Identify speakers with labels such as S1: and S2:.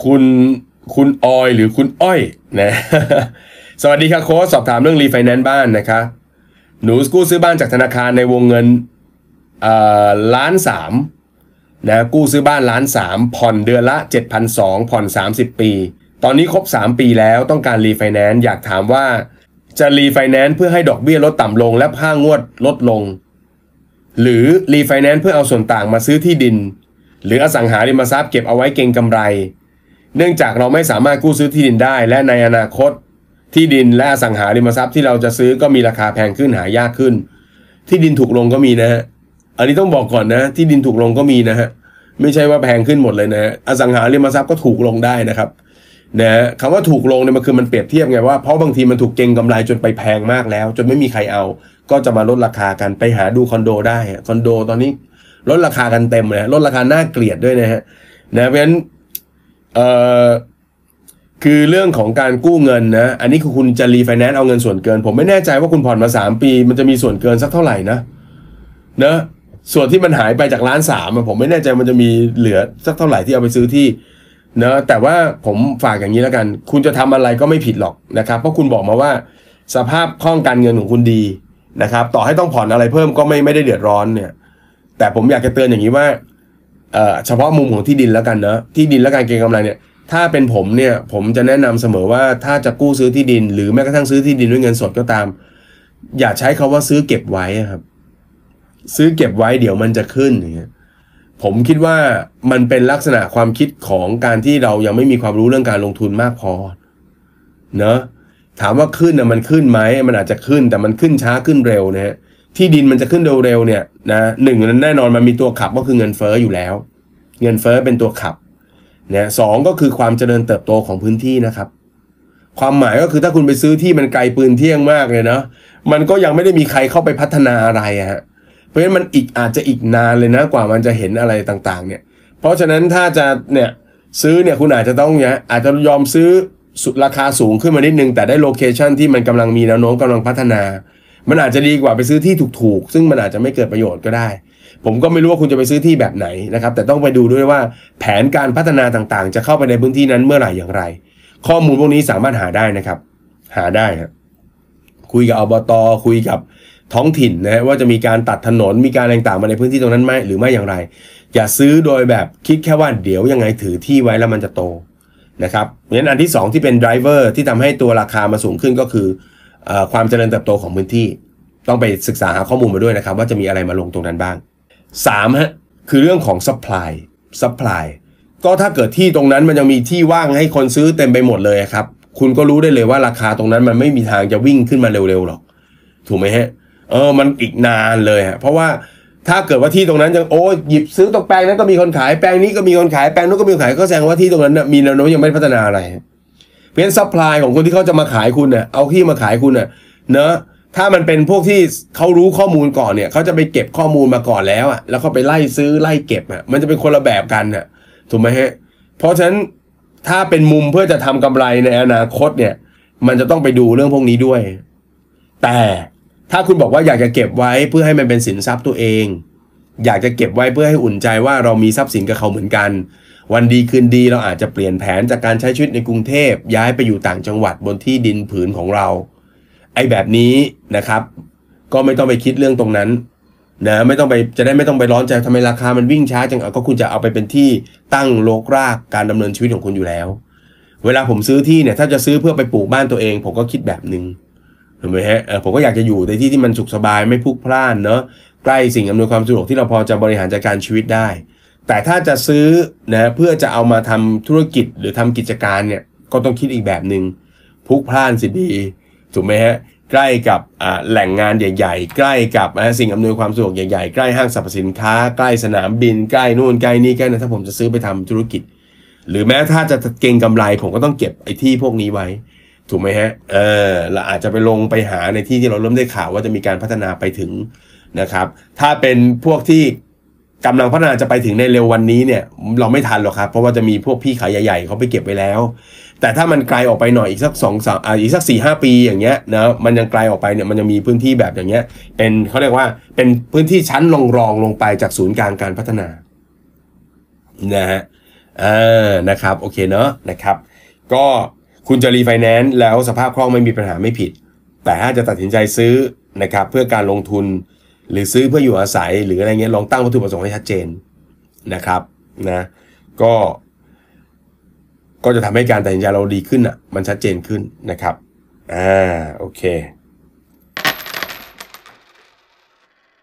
S1: คุณคุณออยหรือคุณอ้อยนะ สวัสดีครับโค้ชสอบถามเรื่องรีไฟแนนซ์บ้านนะคะหนูกู้ซื้อบ้านจากธนาคารในวงเงิน1,300,000นะกู้ซื้อบ้าน1,300,000ผ่อนเดือนละ 7,200 ผ่อน30 ปีตอนนี้ครบ3 ปีแล้วต้องการรีไฟแนนซ์อยากถามว่าจะรีไฟแนนซ์เพื่อให้ดอกเบี้ยลดต่ำลงและค่างวดลดลงหรือรีไฟแนนซ์เพื่อเอาส่วนต่างมาซื้อที่ดินหรืออสังหาริมทรัพย์เก็บเอาไว้เก็งกำไรเนื่องจากเราไม่สามารถกู้ซื้อที่ดินได้และในอนาคตที่ดินและอสังหาริมทรัพย์ที่เราจะซื้อก็มีราคาแพงขึ้นหายากขึ้นที่ดินถูกลงก็มีนะฮะอันนี้ต้องบอกก่อนนะที่ดินถูกลงก็มีนะฮะไม่ใช่ว่าแพงขึ้นหมดเลยนะอสังหาริมทรัพย์ก็ถูกลงได้นะครับนะคำว่าถูกลงเนี่ยมันคือมันเปรียบเทียบไงว่าเพราะบางทีมันถูกเก็งกำไรจนไปแพงมากแล้วจนไม่มีใครเอาก็จะมาลดราคากันไปหาดูคอนโดได้คอนโดตอนนี้ลดราคากันเต็มเลยลดราคาน่าเกลียดด้วยนะฮะนะเพราะฉะนั้นคือเรื่องของการกู้เงินนะอันนี้คือคุณจะรีไฟแนนซ์เอาเงินส่วนเกินผมไม่แน่ใจว่าคุณผ่อนมา3 ปีมันจะมีส่วนเกินสักเท่าไหร่นะส่วนที่มันหายไปจาก1,300,000ผมไม่แน่ใจมันจะมีเหลือสักเท่าไหร่ที่เอาไปซื้อที่แต่ว่าผมฝากอย่างนี้แล้วกันคุณจะทำอะไรก็ไม่ผิดหรอกนะครับเพราะคุณบอกมาว่าสภาพคล่องการเงินของคุณดีนะครับต่อให้ต้องผ่อนอะไรเพิ่มก็ไม่ได้เดือดร้อนเนี่ยแต่ผมอยากจะเตือนอย่างนี้ว่าเฉพาะมุมของที่ดินแล้วกันที่ดินและการเก็งกำไรเนี่ยถ้าเป็นผมเนี่ยผมจะแนะนำเสมอว่าถ้าจะกู้ซื้อที่ดินหรือแม้กระทั่งซื้อที่ดินด้วยเงินสดก็ตามอย่าใช้คำว่าซื้อเก็บไว้ครับซื้อเก็บไว้เดี๋ยวมันจะขึ้นอย่างเงี้ยผมคิดว่ามันเป็นลักษณะความคิดของการที่เรายังไม่มีความรู้เรื่องการลงทุนมากพอถามว่าขึ้นมันขึ้นไหมมันอาจจะขึ้นแต่มันขึ้นช้าขึ้นเร็วนะฮะที่ดินมันจะขึ้นเร็วๆเนี่ยนะหนึ่งนั้นแน่นอนมันมีตัวขับก็คือเงินเฟ้ออยู่แล้วเงินเฟ้อเป็นตัวขับเนี่ยสองก็คือความเจริญเติบโตของพื้นที่นะครับความหมายก็คือถ้าคุณไปซื้อที่มันไกลปืนเที่ยงมากเลยนะมันก็ยังไม่ได้มีใครเข้าไปพัฒนาอะไรฮะเพราะฉะนั้นมันอาจจะอีกนานเลยนะกว่ามันจะเห็นอะไรต่างๆเนี่ยเพราะฉะนั้นถ้าจะเนี่ยซื้อเนี่ยคุณอาจจะต้องเนี่ยอาจจะยอมซื้อราคาสูงขึ้นมานิดนึงแต่ได้โลเคชั่นที่มันกำลังมีแนวโน้มกำลังพัฒนามันอาจจะดีกว่าไปซื้อที่ถูกๆซึ่งมันอาจจะไม่เกิดประโยชน์ก็ได้ผมก็ไม่รู้ว่าคุณจะไปซื้อที่แบบไหนนะครับแต่ต้องไปดูด้วยว่าแผนการพัฒนาต่างๆจะเข้าไปในพื้นที่นั้นเมื่อไหร่อย่างไรข้อมูลพวกนี้สามารถหาได้นะครับหาได้ครับคุยกับอบต.คุยกับท้องถิ่นนะว่าจะมีการตัดถนนมีการอะไรต่างๆมาในพื้นที่ตรงนั้นไหมหรือไม่อย่างไรอย่าซื้อโดยแบบคิดแค่ว่าเดี๋ยวยังไงถือที่ไว้แล้วมันจะโตนะครับเพราะฉะนั้นอันที่2ที่เป็นไดรเวอร์ที่ทำให้ตัวราคามาสูงขึ้นก็คือความเจริญเติบโตของพื้นที่ต้องไปศึกษาหาข้อมูลมาด้วยนะครับว่าจะมีอะไรมาลงตรงนั้นบ้าง3ฮะคือเรื่องของ supply ก็ถ้าเกิดที่ตรงนั้นมันยังมีที่ว่างให้คนซื้อเต็มไปหมดเลยครับคุณก็รู้ได้เลยว่าราคาตรงนั้นมันไม่มีทางจะวิ่งขึ้นมาเร็วๆหรอกถูกไหมฮะมันอีกนานเลยฮะเพราะว่าถ้าเกิดว่าที่ตรงนั้นยังหยิบซื้อตรงแปลงนั้นก็มีคนขายแปลงนี้ก็มีคนขายแปลงนู้นก็มีคนขายก็แสดงว่าที่ตรงนั้นมีแนวโน้มยังไม่พัฒนาอะไรเพราะฉะนั้น supply ของคนที่เขาจะมาขายคุณเอาที่มาขายคุณถ้ามันเป็นพวกที่เขารู้ข้อมูลก่อนเนี่ยเขาจะไปเก็บข้อมูลมาก่อนแล้วแล้วเขาไปไล่ซื้อไล่เก็บมันจะเป็นคนละแบบกันถูกไหมฮะเพราะฉะนั้นถ้าเป็นมุมเพื่อจะทำกำไรในอนาคตเนี่ยมันจะต้องไปดูเรื่องพวกนี้ด้วยแต่ถ้าคุณบอกว่าอยากจะเก็บไว้เพื่อให้มันเป็นสินทรัพย์ตัวเองอยากจะเก็บไว้เพื่อให้อุ่นใจว่าเรามีทรัพย์สินกับเขาเหมือนกันวันดีคืนดีเราอาจจะเปลี่ยนแผนจากการใช้ชีวิตในกรุงเทพย้ายไปอยู่ต่างจังหวัดบนที่ดินผืนของเราแบบนี้นะครับก็ไม่ต้องไปคิดเรื่องตรงนั้นไม่ต้องไปไม่ต้องไปร้อนใจทำไมราคามันวิ่งช้าจังก็คุณจะเอาไปเป็นที่ตั้งโลกรากการดำเนินชีวิตของคุณอยู่แล้วเวลาผมซื้อที่เนี่ยถ้าจะซื้อเพื่อไปปลูกบ้านตัวเองผมก็คิดแบบนึงเห็นไหมฮะผมก็อยากจะอยู่ในที่ที่มันสุขสบายไม่พลุกพล่านใกล้สิ่งอำนวยความสะดวกที่เราพอจะบริหารจัดการชีวิตได้แต่ถ้าจะซื้อเพื่อจะเอามาทำธุรกิจหรือทำกิจการเนี่ยก็ต้องคิดอีกแบบนึงพลุกพล่านสิดีถูกไหมฮะใกล้กับแหล่งงานใหญ่ๆใกล้กับสิ่งอำนวยความสะดวกใหญ่ๆใกล้ห้างสรรพสินค้าใกล้สนามบินใกล้นู่นใกล้นี่ใกล้นะถ้าผมจะซื้อไปทำธุรกิจหรือแม้ถ้าจะเก็งกำไรผมก็ต้องเก็บไอ้ที่พวกนี้ไว้ถูกไหมฮะเราอาจจะไปลงไปหาในที่ที่เราเริ่มได้ข่าวว่าจะมีการพัฒนาไปถึงนะครับถ้าเป็นพวกที่กำลังพัฒนาจะไปถึงในเร็ววันนี้เนี่ยเราไม่ทันหรอกครับเพราะว่าจะมีพวกพี่ขายใหญ่ๆเขาไปเก็บไว้แล้วแต่ถ้ามันไกลออกไปหน่อยอีกสักอีกสัก 4-5 ปีอย่างเงี้ยมันยังไกลออกไปเนี่ยมันยังมีพื้นที่แบบอย่างเงี้ยเป็นเขาเรียกว่าเป็นพื้นที่ชั้นรองลงไปจากศูนย์กลางการพัฒนานะฮะนะครับโอเคเนาะนะครับก็คุณจะรีไฟแนนซ์แล้วสภาพคล่องไม่มีปัญหาไม่ผิดแต่ถ้าจะตัดสินใจซื้อนะครับเพื่อการลงทุนหรือซื้อเพื่ออยู่อาศัยหรืออะไรเงี้ยลองตั้งวัตถุประสงค์ให้ชัดเจนนะครับนะก็จะทำให้การตัดสินใจเราดีขึ้นอ่ะมันชัดเจนขึ้นนะครับโอเค